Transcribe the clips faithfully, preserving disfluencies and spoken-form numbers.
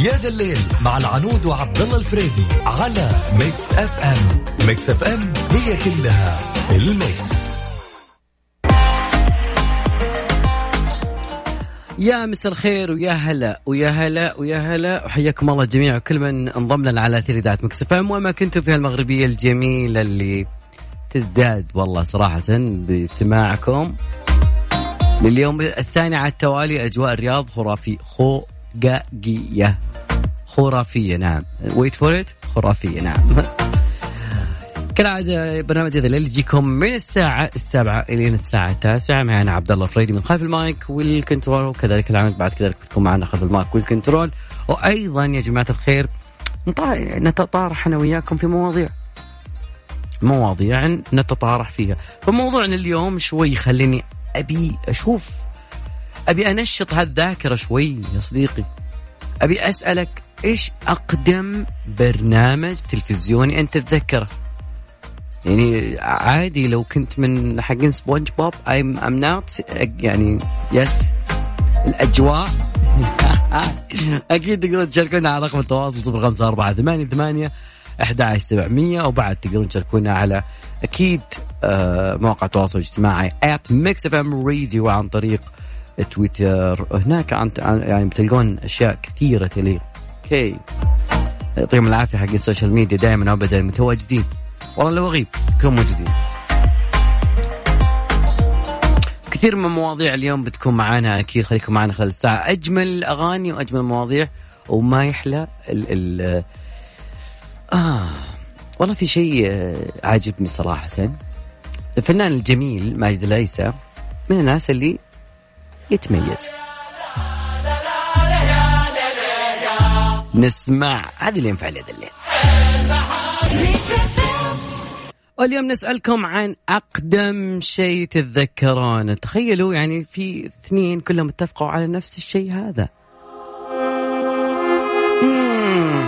يا ذا الليل مع العنود وعبد الله الفريدي على ميكس اف ام. ميكس اف ام هي كلها الميكس. يا مساء الخير ويا هلا ويا هلا ويا هلا وحياكم الله جميعا وكل من انضم لنا على أثير إذاعة ميكس اف ام وما كنتم في المغربية الجميلة اللي تزداد والله صراحة باستماعكم لليوم الثاني على التوالي. أجواء الرياض خرافي خقاقية خرافية نعم wait for it خرافية نعم. كالعادة برنامج هذا الليل يجيكم من الساعة السابعة إلى الساعة التاسعة. معنا عبد الله الفريدي من خلف المايك والكنترول، وكذلك العمل بعد كذلك بتكون معنا خلف المايك والكنترول. وأيضا يا جماعة الخير نتطارح أنا وياكم في مواضيع مواضيع نتطارح فيها. فموضوعنا اليوم شوي خليني أبي أشوف أبي أنشط هالذاكرة شوي يا صديقي. أبي أسألك إيش أقدم برنامج تلفزيوني أنت تتذكره؟ يعني عادي لو كنت من حقين سبونج بوب I'm, I'm not يعني يس الأجواء أكيد تقدرون تشاركونا على رقم التواصل صفر خمسة أربعة ثمانية ثمانية أحد عشر سبعمية، وبعد تقدرون تشاركونا على أكيد مواقع التواصل الاجتماعي at mix f m radio عن طريق تويتر. هناك يعني بتلقون أشياء كثيرة تليق. اوكي يعطيهم العافية حق السوشيال ميديا دائما أبدا متواجدين والله لو أغيب كلهم موجودين. كثير من مواضيع اليوم بتكون معانا أكيد، خليكم معنا خلال الساعة. أجمل الأغاني وأجمل المواضيع وما يحلى ال ال آه والله في شيء عاجبني صراحة. الفنان الجميل ماجد العيسى من الناس اللي يتميز. نسمع هذه اللي ينفع لهذا الليل. واليوم نسألكم عن أقدم شيء تتذكرون. تخيلوا يعني في اثنين كلهم اتفقوا على نفس الشيء هذا. مم.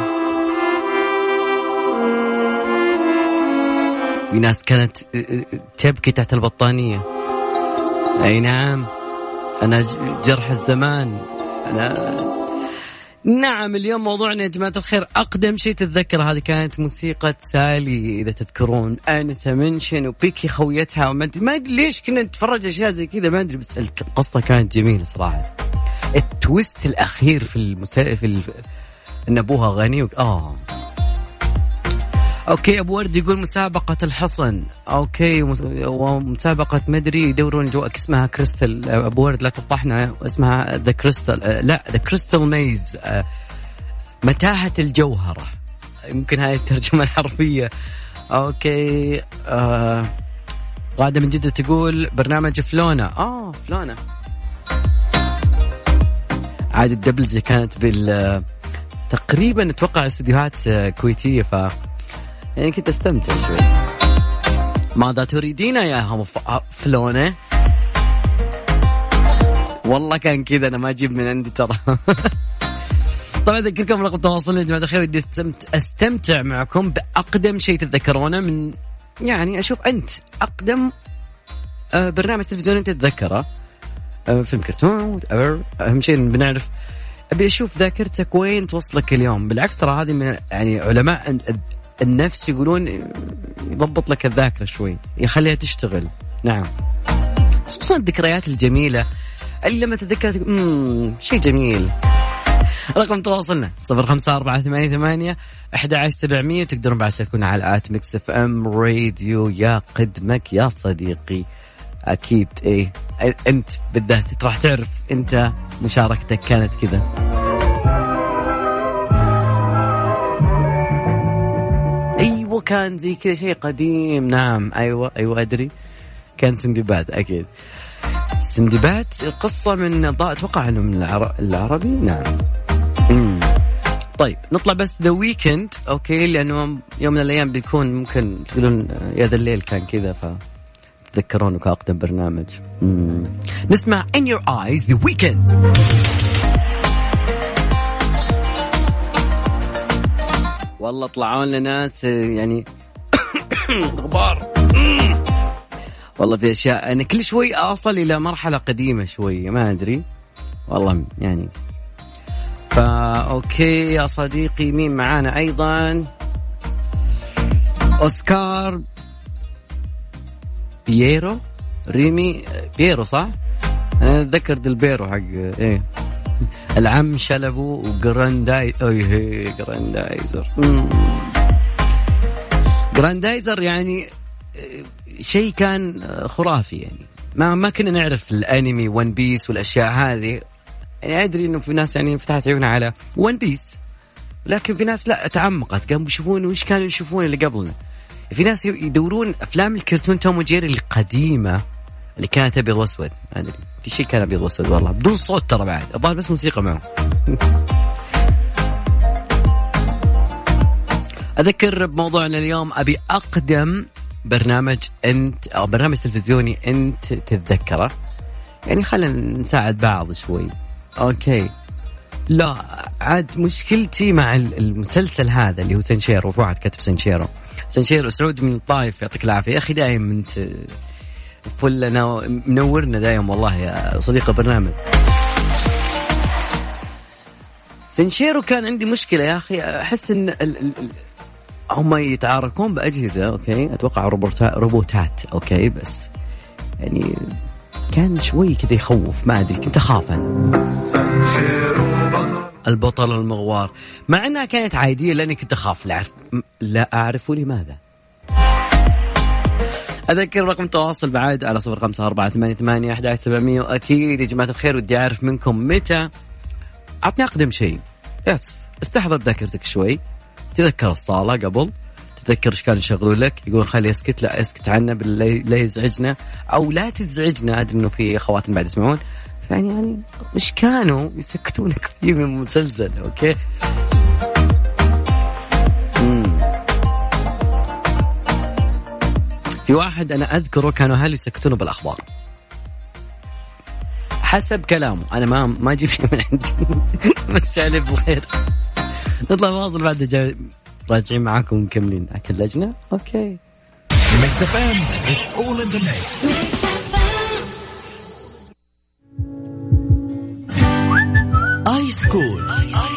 في ناس كانت تبكي تحت البطانية. أي نعم أنا جرح الزمان أنا نعم. اليوم موضوعنا يا جماعة الخير أقدم شيء تتذكر. هذه كانت موسيقى سالي إذا تذكرون، أنسة منشن وبيكي خويتها وما أدري ما أدري ليش كنا نتفرج أشياء زي كذا ما أدري، بس القصة كانت جميلة صراحة. التويست الأخير في المسا... في ال... إن أبوها غني و... آه أوكي. أبو ورد يقول مسابقة الحصن. أوكي ومسابقة مدري يدورون جوك اسمها كريستال. أبو ورد لا تفضحنا اسمها ذا كريستال، لا ذا كريستال ميز متاهة الجوهرة يمكن هاي الترجمة الحرفية. أوكي آه. غادة من جدة تقول برنامج فلونا. آه فلونا عاد الدبلجة كانت بال تقريبا اتوقع استديوهات كويتية ف يعني كنت استمتع شوي. ماذا تريدين يا هم فلونة؟ والله كان كذا أنا ما أجيب من عندي ترى. طبعا أذكركم رقم تواصلنا يا جماعة الخير، ودي أستمتع معكم بأقدم شيء تتذكرونه من يعني أشوف أنت أقدم برنامج تلفزيوني أنت تتذكره، فيلم كرتون أهم شيء بنعرف. أبي أشوف ذاكرتك وين توصلك اليوم. بالعكس ترى هذه من يعني علماء النفس يقولون يضبط لك الذاكرة شوي يخليها تشتغل. نعم خصوصا الذكريات الجميلة اللي لما تذكرت امم شيء جميل. رقم تواصلنا صفر خمسة أربعة ثمانية ثمانية أحد عشر سبعمية، تقدرون بعد تشاركون على آت ميكس اف ام راديو. يا قدمك يا صديقي أكيد إيه أنت بالذات راح تعرف أنت مشاركتك كانت كذا. أيوة كان زي كذا شيء قديم. نعم أيوة أيوة أدري كان سندباد أكيد. سندباد قصة من ضاء أتوقع أنه من العربي. نعم مم. طيب نطلع بس ذا ويكند أوكي لأنه يوم من الأيام بيكون ممكن تقولون يا ذا الليل كان كذا فتذكرونه كأقدم برنامج. مم. نسمع In Your Eyes The Weekend. والله طلعوا لنا ناس يعني غبار والله في أشياء أنا كل شوي أصل إلى مرحلة قديمة شوي ما أدري والله يعني فا أوكي يا صديقي، مين معانا أيضا؟ أوسكار بييرو ريمي بييرو صح؟ أنا أتذكر دلبيرو حق إيه العم شلبو وجرانداي أيه جراندايزر جراندايزر يعني شيء كان خرافي يعني. ما ما كنا نعرف الأنمي ون بيس والأشياء هذه يعني. أدري إنه في ناس يعني فتحت عيونها على ون بيس، لكن في ناس لا تعمقت قاموا يشوفون وش كانوا يشوفون اللي قبلنا. في ناس يدورون أفلام الكرتون توم وجيري القديمة اللي كانت أبيض وأسود. ما أدري في شيء كان أبيض وأسود والله بدون صوت ترى، بعد الظاهر بس موسيقى معه. أذكر بموضوعنا اليوم، أبي أقدم برنامج أنت أو برنامج تلفزيوني أنت تتذكره، يعني خلينا نساعد بعض شوي. أوكي لا عاد مشكلتي مع المسلسل هذا اللي هو سنشيرو، في واحد كتب سنشيرو سنشيرو سعود من الطائف يعطيك العافية يا أخي، دائما أنت فلنا منورنا دائما والله يا صديق البرنامج. سنشيرو كان عندي مشكلة يا أخي، أحس إن ال ال ال هم يتعاركون بأجهزة أوكي، أتوقع روبوتات روبوتات أوكي، بس يعني كان شوي كذا يخوف، ما أدري كنت أخاف أنا. البطل المغوار مع أنها كانت عادية لأني كنت أخاف، لا أعرف لا أعرف لماذا. أذكر رقم تواصل بعد على صفر خمسة أربعة ثمانية ثمانية أحد عشر سبعمية. وأكيد يا جماعة الخير ودي أعرف منكم متى عطني أقدم شيء، يس استحضر ذاكرتك شوي، تذكر الصالة قبل، تذكر إيش كانوا يشغلون لك، يقولون خلي يسكت، لا اسكت عنا لا يزعجنا أو لا تزعجنا. أدري إنه في أخوات بعد يسمعون، يعني يعني مش كانوا يسكتونك فيه من المسلسل أوكي. مم. في واحد أنا أذكره كانوا أهله يسكتونه بالأخبار حسب كلامه، أنا ما ما أجيب شيء من عندي بس يعني بالخير. نطلع فاصل بعد جاي راجعين معاكم مكملين أكل لجنة. أوكي Mix إف إم it's all in the mix. آي سكول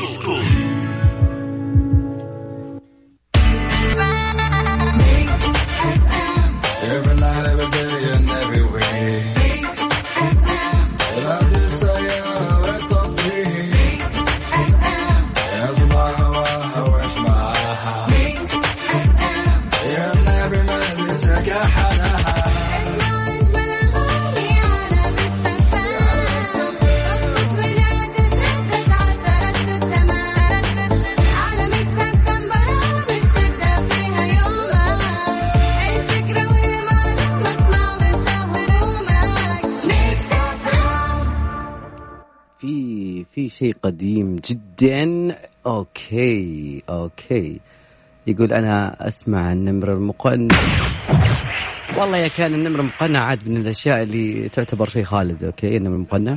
شيء قديم جدا. أوكي أوكي يقول أنا أسمع النمر المقنع، والله يا كان النمر المقنع عاد من الأشياء اللي تعتبر شيء خالد. أوكي النمر المقنع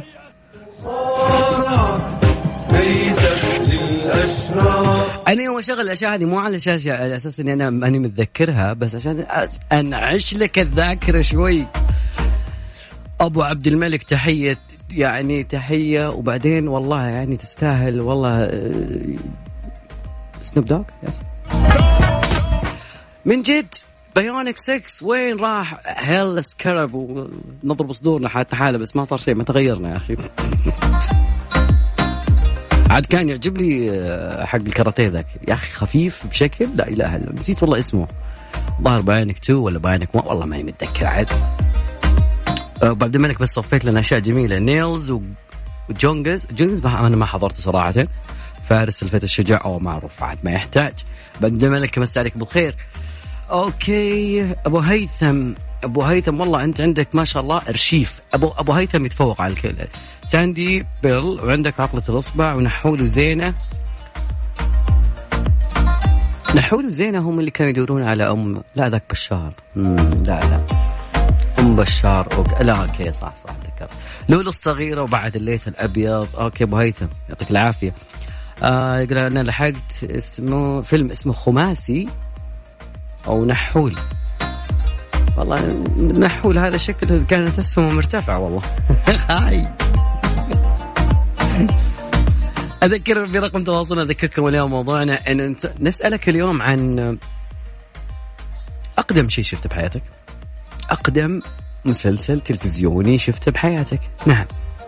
أنا يوم أشغل الأشياء هذه مو على الشاشة على أساس إني أنا ماني متذكرها، بس عشان أنعش لك الذاكرة شوي. أبو عبد الملك تحية، يعني تحية، وبعدين والله يعني تستاهل والله. سنوب دوغ يس من جد. بايونيك ستة وين راح؟ هيل سكرب ونضرب صدورنا حتى حالة، بس ما صار شيء، ما تغيرنا يا أخي. عاد كان يعجبني حق الكاراتيه ذاك يا أخي، خفيف بشكل لا إله إلا. نسيت والله اسمه، ظهر بايونيك اثنين ولا بايونيك واحد والله ماني متذكر. عاد بعد الملك بس صفيت لنا أشياء جميلة، نيلز وجونجز. جونجز أنا ما حضرته صراحة. فارس الفتى الشجاع أو معروف عاد ما يحتاج. بعد الملك مساء عليك بالخير. أوكي أبو هيثم، أبو هيثم والله أنت عندك ما شاء الله أرشيف. أبو أبو هيثم يتفوق على الكل. ساندي بيل وعندك عقلة الإصبع ونحول وزينة. نحول وزينة هم اللي كانوا يدورون على أم، لا ذاك بشار. لا لا أم بشار أوك... لا أوكي صح صح ذكر. لولو الصغيرة وبعد الليث الأبيض. أوكي أبو هيثم يعطيك العافية. آه يقول أنا لحقت اسمه فيلم اسمه خماسي أو نحول. والله نحول هذا شكله كانت اسمه مرتفع والله. هاي أذكر في رقم تواصلنا، أذكركم اليوم موضوعنا أن نسألك اليوم عن أقدم شيء شفته بحياتك، أقدم مسلسل تلفزيوني شفته بحياتك. نعم.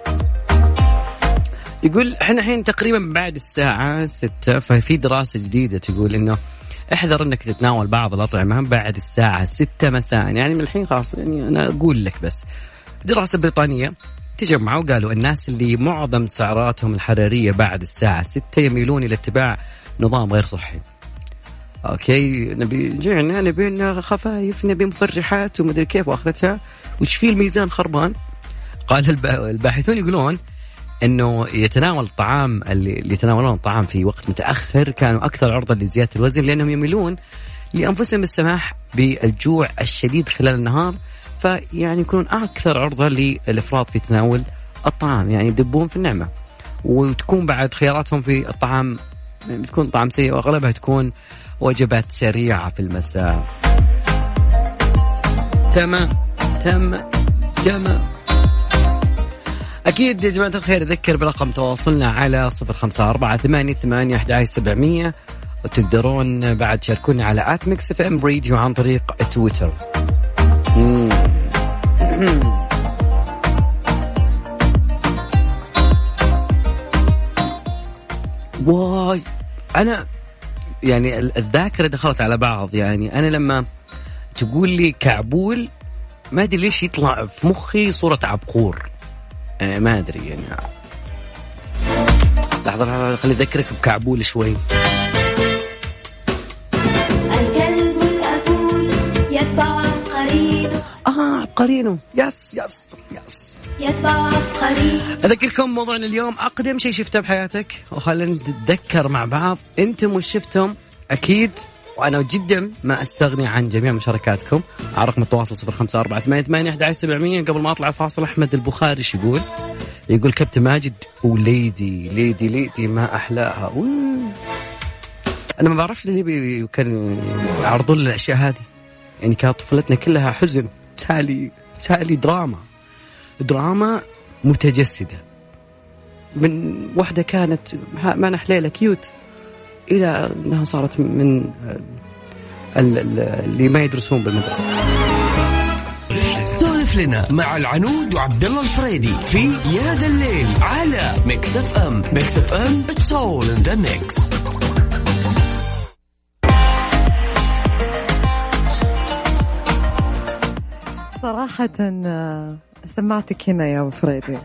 يقول احنا الحين تقريبا بعد الساعة ستة، ففي دراسة جديدة تقول إنه احذر إنك تتناول بعض الأطعمة بعد الساعة ستة مساء. يعني من الحين خلاص، يعني أنا أقول لك بس دراسة بريطانية تجمعوا وقالوا الناس اللي معظم سعراتهم الحرارية بعد الساعة ستة يميلون إلى اتباع نظام غير صحي. أوكي، نبي جعنا، نبي لنا خفايف، نبي مفرحات ومدري كيف وآخرتها وش في الميزان خربان. قال الباحثون يقولون إنه يتناول الطعام اللي يتناولون الطعام في وقت متأخر كانوا أكثر عرضة لزيادة الوزن، لأنهم يميلون لأنفسهم بالسماح بالجوع الشديد خلال النهار، فيعني يكونون أكثر عرضة للإفراط في تناول الطعام، يعني يدبون في النعمة. وتكون بعد خياراتهم في الطعام بتكون طعام سيء، وأغلبها تكون وجبات سريعة في المساء. تمام تمام تمام. أكيد يا جماعة الخير، أذكر برقم تواصلنا على صفر خمسة أربعة ثمانية ثمانية أحد عشر سبعمية، وتقدرون بعد تشاركونا على آت ميكس اف ام راديو عن طريق تويتر. واي أنا يعني الذاكرة دخلت على بعض. يعني أنا لما تقول لي كعبول ما أدري ليش يطلع في مخي صورة عبقور، آه ما أدري يعني. لحظة خلي أذكرك بكعبول شوي. الكلب الأكول يتبع قرينه. آه عبقرينه. يس يس يس يتبع عبقرينه. أذكركم موضوعنا اليوم أقدم شيء شفته بحياتك، وخلينا نتذكر مع بعض أنتم وش شفتم. أكيد وأنا جدا ما أستغني عن جميع مشاركاتكم على رقم التواصل صفر خمسة أربعة ثمانية ثمانية أحد عشر سبعمية. قبل ما أطلع فاصل، أحمد البخاري شو يقول؟ يقول كابتن ماجد وليدي ليدي ليدي ما أحلاها. أنا ما بعرفش اللي كان يعرضون الأشياء هذه، يعني كانت طفولتنا كلها حزن. تالي تالي دراما دراما متجسدة، من واحدة كانت ما نحليلة كيوت إلى أنها صارت من اللي ما يدرسون بالمدرسة. سولف لنا مع العنود وعبد الله الفريدي في يا ذا الليل على ميكس اف ام. ميكس اف ام it's all in the mix. صراحة سمعتك هنا يا أبو فريدي.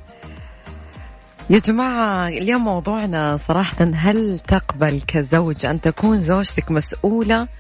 يا جماعة اليوم موضوعنا صراحة، هل تقبل كزوج أن تكون زوجتك مسؤولة؟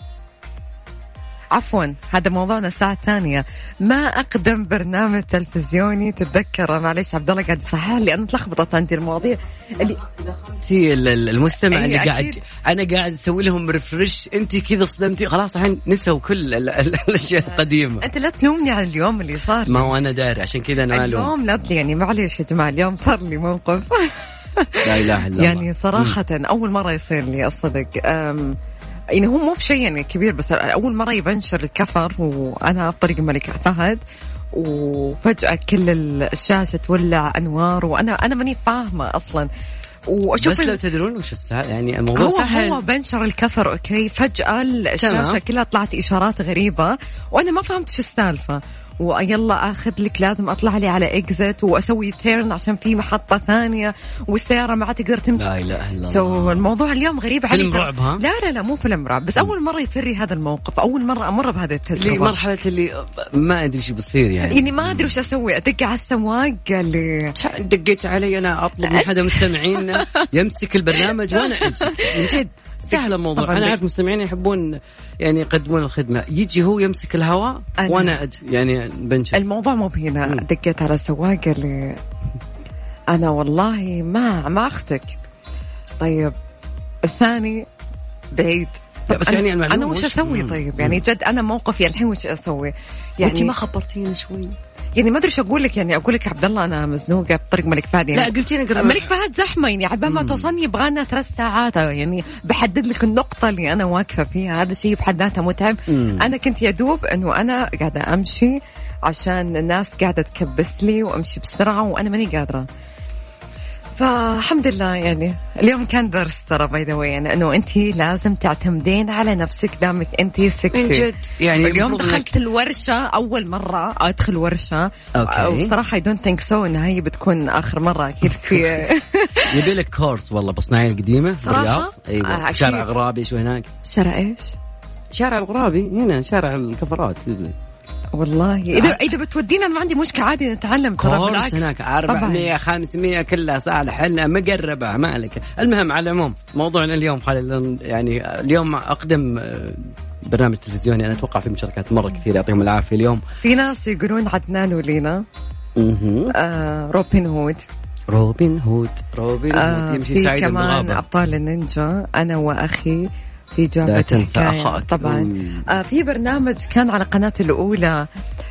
عفوا هذا موضوعنا الساعة الثانية. ما أقدم برنامج تلفزيوني تتذكر؟ معليش عبد الله قاعد يصحح لي، أنا تلخبطت عندي المواضيع اللي تي المستمع أيه اللي قاعد أكيد. أنا قاعد أسوي لهم ريفرش، أنت كذا صدمتي خلاص الحين نسوا كل الأشياء القديمة. أنت لا تلومني على اليوم اللي صار. ما هو أنا داري عشان كذا أنا ألوم. اليوم لا يعني معليش يا جماعة، اليوم صار لي موقف لا إله إلا الله. يعني صراحة م. أول مرة يصير لي الصدق، يعني هو مو بشيء يعني كبير، بس أول مرة يبنشر الكفر وأنا في طريق الملك فهد، وفجأة كل الشاشة تولع أنوار وأنا أنا ماني فاهمة أصلاً. وأشوف بس لو تدرون وش السهل، يعني الموضوع هو سهل. هو بنشر الكفر أوكي، فجأة الشاشة كلها طلعت إشارات غريبة وأنا ما فهمت شو السالفة، ويلا أخذ لك لازم أطلع لي على إكزت وأسوي تيرن عشان في محطة ثانية والسيارة ما تقدر تمشي. لا إله إلا الله. سو الموضوع اليوم غريب علي. فيلم رعب ها؟ لا لا لا مو فيلم رعب، بس أول مرة يصير لي هذا الموقف، أول مرة أمر بهذا التجربة. اللي مرحلة اللي ما أدري شو بصير يعني. يعني ما أدري وش أسوي، أدق على السواق قال لي دقيت علي أنا أطلب من حدا مستمعين يمسك البرنامج وأنا أجي. من جد سهل الموضوع. أنا عارف مستمعين يحبون يعني يقدمون الخدمة، يجي هو يمسك الهواء وأنا أجي يعني بنشر. الموضوع مو بهنا. دقيت على السواق قال لي أنا والله ما ما أختك. طيب الثاني بعيد. بس يعني أنا, أنا وش أسوي؟ مم. طيب يعني جد أنا موقفي الحين وش أسوي؟ يعني أنت ما خبرتيني شوي. يعني ما أدري شو أقول لك، يعني أقول لك عبد الله أنا مزنوقة بطريق ملك فهد. يعني لا قلتي لي ملك فهد زحمة، يعني عبال ما توصلني يبغانا ثلاث ساعات، يعني بحدد لك النقطة اللي أنا واقفة فيها، هذا شيء بحد ذاته متعب. مم. أنا كنت يدوب إنه أنا قاعدة أمشي عشان الناس قاعدة تكبس لي وأمشي بسرعة وأنا ماني قادرة. فالحمد لله يعني اليوم كان درس ترى باي ذا واي يعني انه انت لازم تعتمدين على نفسك دامك انت سكتي. من جد يعني اليوم دخلت الورشه اول مره ادخل ورشه وصراحه اي دونت ثينك سو انها هي بتكون اخر مره اكيد في يبي لك كورس والله بصناعيه القديمه بالرياض. ايوه آه شارع غرابي شو هناك. شارع ايش؟ شارع الغرابي هنا شارع الكفرات. والله إذا إذا بتودينا أنا ما عندي مشكلة عادي نتعلم ترى بالعكس. هناك أربعمية خمسمية كلها صالح حلنا مقربة ما عليك. المهم على العموم موضوعنا اليوم خلينا يعني اليوم أقدم برنامج تلفزيوني أنا أتوقع في مشاركات مرة كثير يعطيهم العافية. اليوم في ناس يقولون عدنان ولينا آه روبن هود روبن هود روبن آه هود يمشي سعيد بالغابة. في كمان أبطال النينجا أنا وأخي في جامعة الحكاية طبعا. آه في برنامج كان على قناة الأولى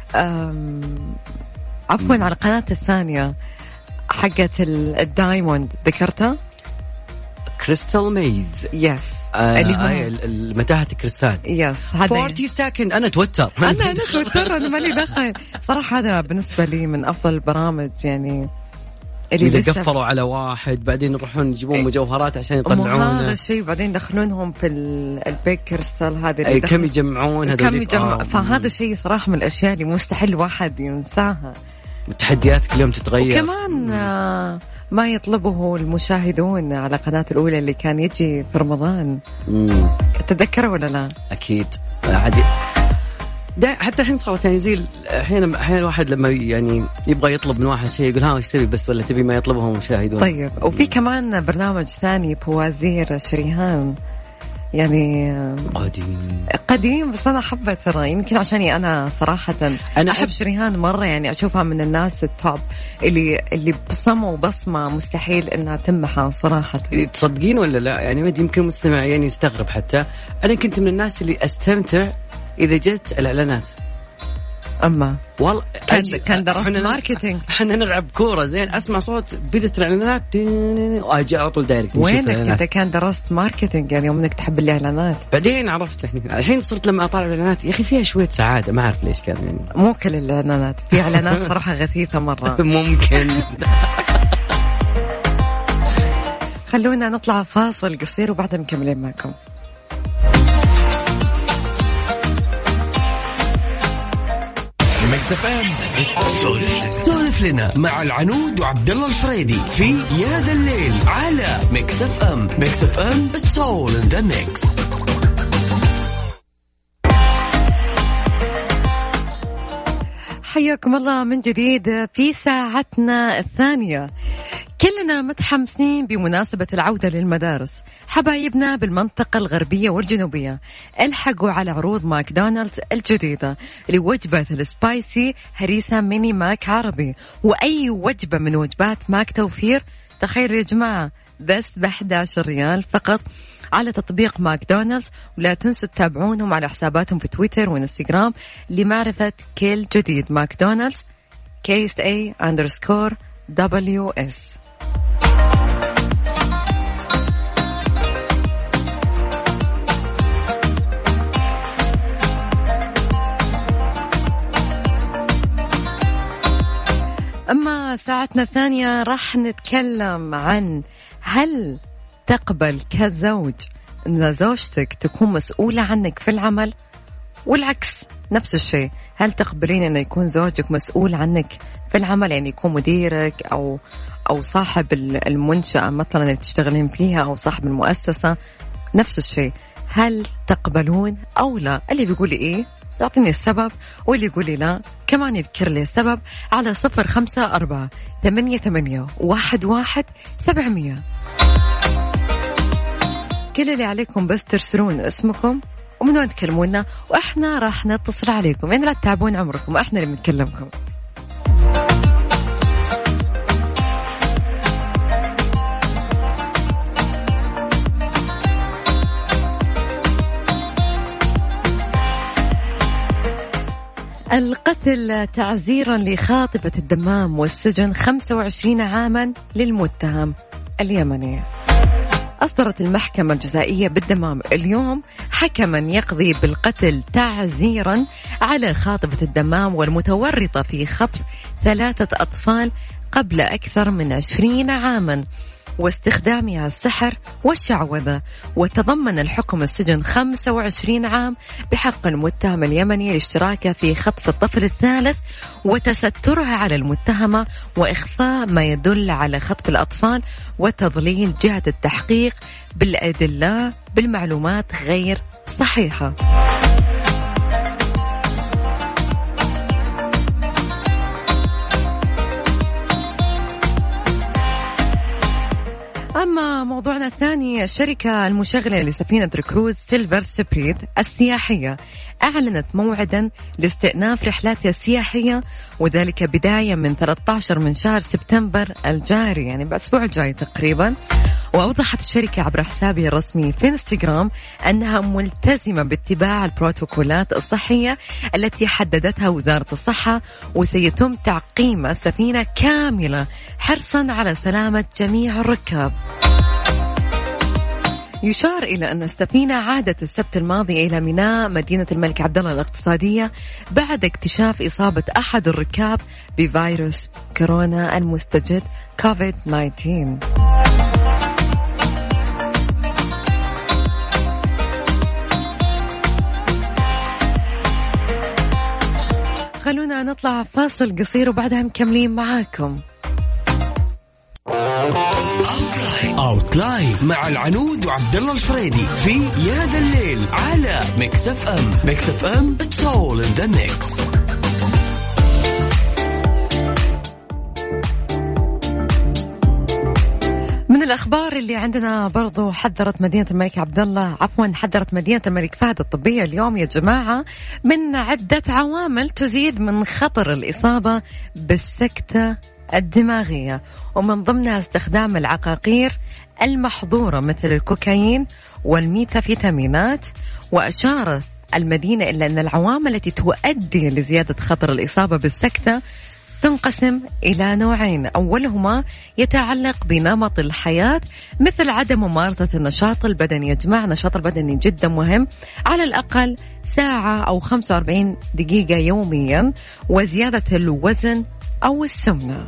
عفوا على قناة الثانية حقة الدايموند ذكرتها كريستال ميز. يس آه اللي هو المتاهة الكريستال. يس أربعين سكند. أنا توتر أنا أنا توتر أنا مالي دخل صراحة. هذا بالنسبة لي من أفضل البرامج يعني اللي قفلوا على واحد بعدين يروحون يجيبون مجوهرات عشان يطلعونه. هذا الشيء بعدين يدخلونهم في البيك كريستال هذا أي كم يجمعون هذول كم يجمع. آه. فهذا الشيء صراحة من الأشياء اللي مستحيل واحد ينساها. التحديات كل يوم تتغير. وكمان آه ما يطلبه المشاهدون على قناة الأولى اللي كان يجي في رمضان. تتذكره ولا لا؟ أكيد عادي. ده حتى الحين صارت يعني زي أحيانا أحيانا الواحد لما يعني يبغى يطلب من واحد شيء يقول ها وش تبي بس ولا تبي ما يطلبه مشاهدون. طيب وفي كمان برنامج ثاني بوازير شريهان يعني قديم قديم بس أنا أحبه ترى يمكن عشاني أنا صراحة أنا أحب شريهان مرة يعني أشوفها من الناس التوب اللي اللي بصمة وبصمة مستحيل إنها تمحى صراحة. تصدقين ولا لا يعني ما يمكن مستمع يعني يستغرب. حتى أنا كنت من الناس اللي أستمتع إذا جت الإعلانات. أما والله كان كان درست ماركتينج. احنا نلعب كورة زين أسمع صوت بدت الإعلانات وأجي على طول دايركت. وينك أنت كان درست ماركتينج يعني يوم إنك تحب الإعلانات؟ بعدين عرفت يعني الحين صرت لما أطالع الإعلانات يا أخي فيها شوية سعادة ما أعرف ليش كان يعني. مو كل الإعلانات في إعلانات صراحة غثيثة مرة. ممكن. خلونا نطلع فاصل قصير وبعدها مكملين معكم. سولف لنا مع العنود وعبد الله الفريدي في يا ذا الليل على ميكس اف ام. ميكس اف ام it's all in the mix. حياكم الله من جديد في ساعتنا الثانية. كلنا متحمسين بمناسبة العودة للمدارس. حبايبنا بالمنطقة الغربية والجنوبية الحقوا على عروض ماكدونالدز الجديدة لوجبة السبايسي هريسة ميني ماك عربي وأي وجبة من وجبات ماك توفير. تخيلوا يا جماعة بس بأحد عشر ريال فقط على تطبيق ماكدونالدز. ولا تنسوا تتابعونهم على حساباتهم في تويتر وإنستغرام لمعرفة كل جديد. ماكدونالدز كيس اي اندرسكور دبليو اس. أما ساعتنا الثانية راح نتكلم عن هل تقبل كزوج أن زوجتك تكون مسؤولة عنك في العمل والعكس نفس الشيء. هل تقبلين أن يكون زوجك مسؤول عنك في العمل يعني يكون مديرك أو أو صاحب المنشأة مثلا اللي تشتغلين فيها أو صاحب المؤسسة نفس الشيء. هل تقبلون أو لا؟ اللي بيقول لي إيه يعطيني السبب واللي يقول لي لا كمان يذكر لي السبب على صفر خمسة أربعة ثمانية ثمانية واحد واحد سبعمية. كل اللي عليكم بس ترسلون اسمكم ومن وين تكلمونا وإحنا راح نتصل عليكم يعني لا تتعبون عمركم إحنا اللي بنتكلمكم. القتل تعزيرا لخاطفة الدمام والسجن خمسة وعشرين عاما للمتهم اليمني. أصدرت المحكمة الجزائية بالدمام اليوم حكما يقضي بالقتل تعزيرا على خاطفة الدمام والمتورطة في خطف ثلاثة أطفال قبل أكثر من عشرين عاما واستخدامها السحر والشعوذة، وتضمن الحكم السجن خمسة وعشرين عام بحق المتهم اليمني الاشتراك في خطف الطفل الثالث وتسترها على المتهمة وإخفاء ما يدل على خطف الأطفال وتضليل جهة التحقيق بالأدلة بالمعلومات غير صحيحة. أما موضوعنا الثاني، الشركة المشغلة لسفينة كروز سيلفر سبريت السياحية أعلنت موعدا لاستئناف رحلاتها السياحية، وذلك بداية من ثلاثة عشر من شهر سبتمبر الجاري، يعني بأسبوع الجاي تقريبا. وأوضحت الشركة عبر حسابها الرسمي في انستغرام أنها ملتزمة باتباع البروتوكولات الصحية التي حددتها وزارة الصحة، وسيتم تعقيم السفينة كاملة حرصا على سلامة جميع الركاب. يشار إلى أن السفينة عادت السبت الماضي إلى ميناء مدينة الملك عبدالله الاقتصادية بعد اكتشاف إصابة أحد الركاب بفيروس كورونا المستجد كوفيد تسعة عشر. خلونا نطلع فاصل قصير وبعدها مكملين معاكم. أوتلاين مع العنود وعبد الله الفريدي في يا ذا الليل على ميكس اف ام. ميكس اف ام it's all in the mix. من الأخبار اللي عندنا برضو، حذرت مدينة الملك عبدالله عفوا حذرت مدينة الملك فهد الطبية اليوم يا جماعة من عدة عوامل تزيد من خطر الإصابة بالسكتة الدماغية، ومن ضمنها استخدام العقاقير المحظورة مثل الكوكايين والميثامفيتامينات. وأشارت المدينة إلى أن العوامل التي تؤدي لزيادة خطر الإصابة بالسكتة تنقسم إلى نوعين، أولهما يتعلق بنمط الحياة مثل عدم ممارسة النشاط البدني. يا جماعة النشاط البدني جدا مهم، على الأقل ساعة أو خمسة وأربعين دقيقة يوميا، وزيادة الوزن أو السمنة.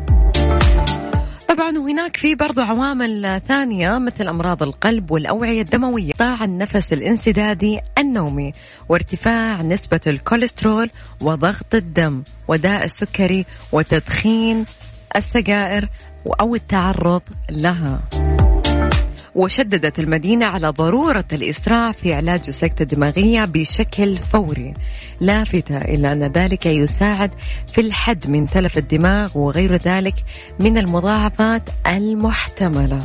طبعا وهناك في برضو عوامل ثانية مثل أمراض القلب والأوعية الدموية، قطاع النفس الانسدادي النومي، وارتفاع نسبة الكوليسترول وضغط الدم وداء السكري وتدخين السجائر أو التعرض لها. وشددت المدينة على ضرورة الإسراع في علاج السكتة الدماغية بشكل فوري، لافتة إلى أن ذلك يساعد في الحد من تلف الدماغ وغير ذلك من المضاعفات المحتملة.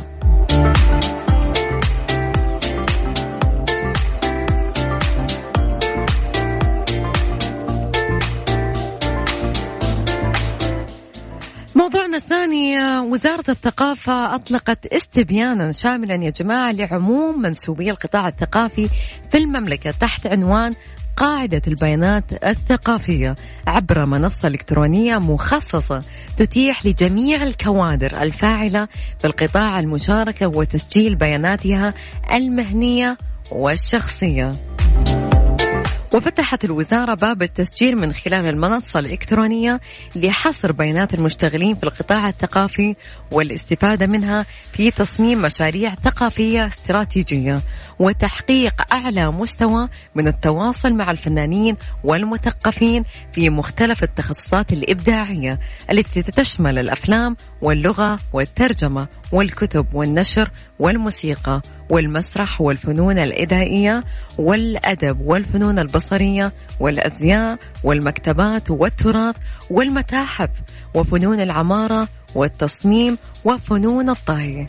موضوعنا الثاني، وزارة الثقافة أطلقت استبيانا شاملا يا جماعة لعموم منسوبي القطاع الثقافي في المملكة تحت عنوان قاعدة البيانات الثقافية عبر منصة إلكترونية مخصصة تتيح لجميع الكوادر الفاعلة في القطاع المشاركة وتسجيل بياناتها المهنية والشخصية. وفتحت الوزارة باب التسجيل من خلال المنصة الإلكترونية لحصر بيانات المشتغلين في القطاع الثقافي والاستفادة منها في تصميم مشاريع ثقافية استراتيجية وتحقيق أعلى مستوى من التواصل مع الفنانين والمثقفين في مختلف التخصصات الإبداعية التي تشمل الأفلام واللغة والترجمة والكتب والنشر والموسيقى والمسرح والفنون الإدائية والأدب والفنون البصرية والأزياء والمكتبات والتراث والمتاحف وفنون العمارة والتصميم وفنون الطهي.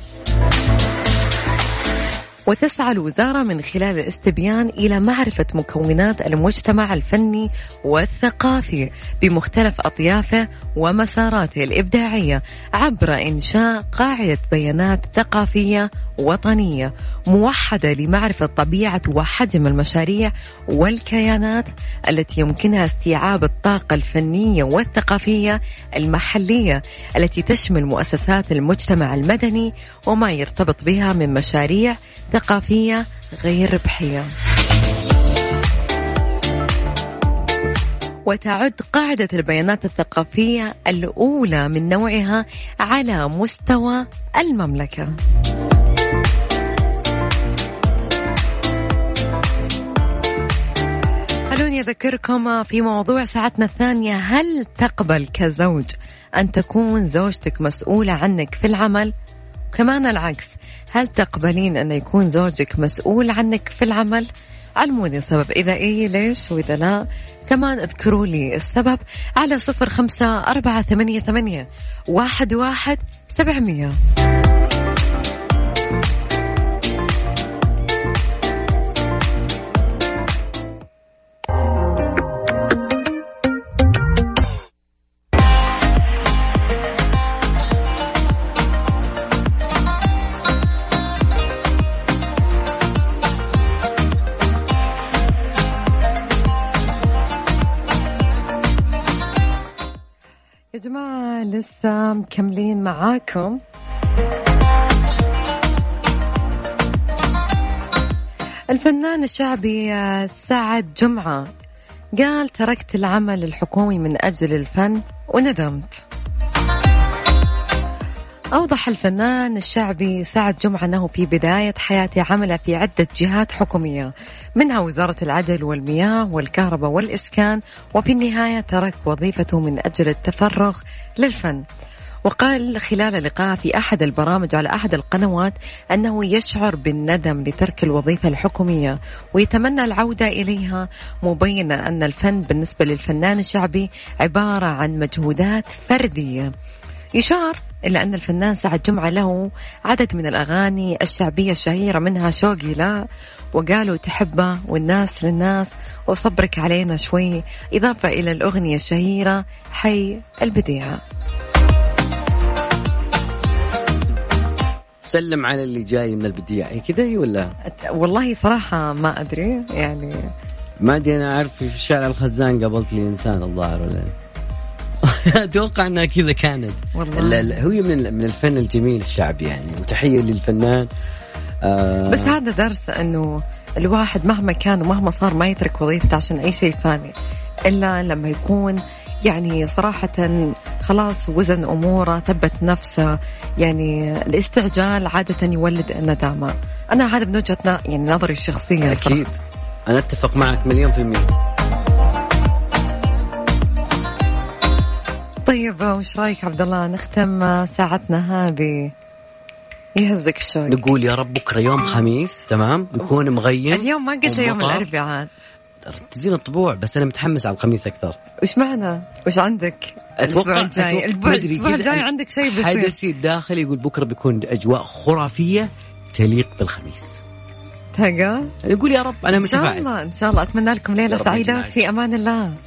وتسعى الوزارة من خلال الاستبيان إلى معرفة مكونات المجتمع الفني والثقافي بمختلف أطيافه ومساراته الإبداعية عبر إنشاء قاعدة بيانات ثقافية وطنية موحدة لمعرفة طبيعة وحجم المشاريع والكيانات التي يمكنها استيعاب الطاقة الفنية والثقافية المحلية التي تشمل مؤسسات المجتمع المدني وما يرتبط بها من مشاريع ثقافية غير ربحية. وتعد قاعدة البيانات الثقافية الأولى من نوعها على مستوى المملكة. خلوني أذكركم في موضوع ساعتنا الثانية: هل تقبل كزوج أن تكون زوجتك مسؤولة عنك في العمل؟ كمان العكس، هل تقبلين أن يكون زوجك مسؤول عنك في العمل؟ علموني السبب، إذا إيه ليش، وإذا لا كمان اذكروا لي السبب على صفر خمسة أربعة ثمانية ثمانية واحد واحد سبعمية. يا جماعة لسه مكملين معاكم. الفنان الشعبي سعد جمعة قال: تركت العمل الحكومي من أجل الفن وندمت. أوضح الفنان الشعبي سعد جمعة أنه في بداية حياته عمل في عدة جهات حكومية، منها وزارة العدل والمياه والكهرباء والإسكان، وفي النهاية ترك وظيفته من أجل التفرغ للفن. وقال خلال لقاء في أحد البرامج على أحد القنوات أنه يشعر بالندم لترك الوظيفة الحكومية ويتمنى العودة إليها، مبينا أن الفن بالنسبة للفنان الشعبي عبارة عن مجهودات فردية. يشار إلا أن الفنان سعد جمعة له عدد من الأغاني الشعبية الشهيرة، منها شوقي لا، وقالوا تحبه، والناس للناس، وصبرك علينا شوي، إضافة إلى الأغنية الشهيرة حي البديعة. سلم على اللي جاي من البديعة كذا ولا؟ والله صراحة ما أدري، يعني ما أدري. أنا أعرف في شارع الخزان قابلت لي إنسان الظاهر ولا أتوقع أنها كذا كانت. والله هو من من الفن الجميل الشعبي يعني، وتحية للفنان. آه بس هذا درس أنه الواحد مهما كان ومهما صار ما يترك وظيفته عشان أي شيء ثاني، إلا لما يكون يعني صراحة خلاص وزن أموره، ثبت نفسه. يعني الاستعجال عادة يولد الندامة. أنا هذا من وجهة يعني نظري الشخصية. أكيد صراحة. أنا أتفق معك مليون في المية. طيب وش رايك عبد الله نختم ساعتنا هذه؟ يهزك الشوق. نقول يا رب بكرة يوم خميس تمام يكون مغيم. اليوم ما قلت يوم الأربعاء تزين الطبوع، بس أنا متحمس على الخميس أكثر. وش معنى؟ وش عندك الأسبوع الجاي؟ الأسبوع الجاي عندك شيء بيصير. حدثي الداخلي يقول بكرة بيكون أجواء خرافية تليق بالخميس. تلقى؟ يقول يا رب أنا متفائل. إن شاء الله إن شاء الله. أتمنى لكم ليلة سعيدة في أمان الله.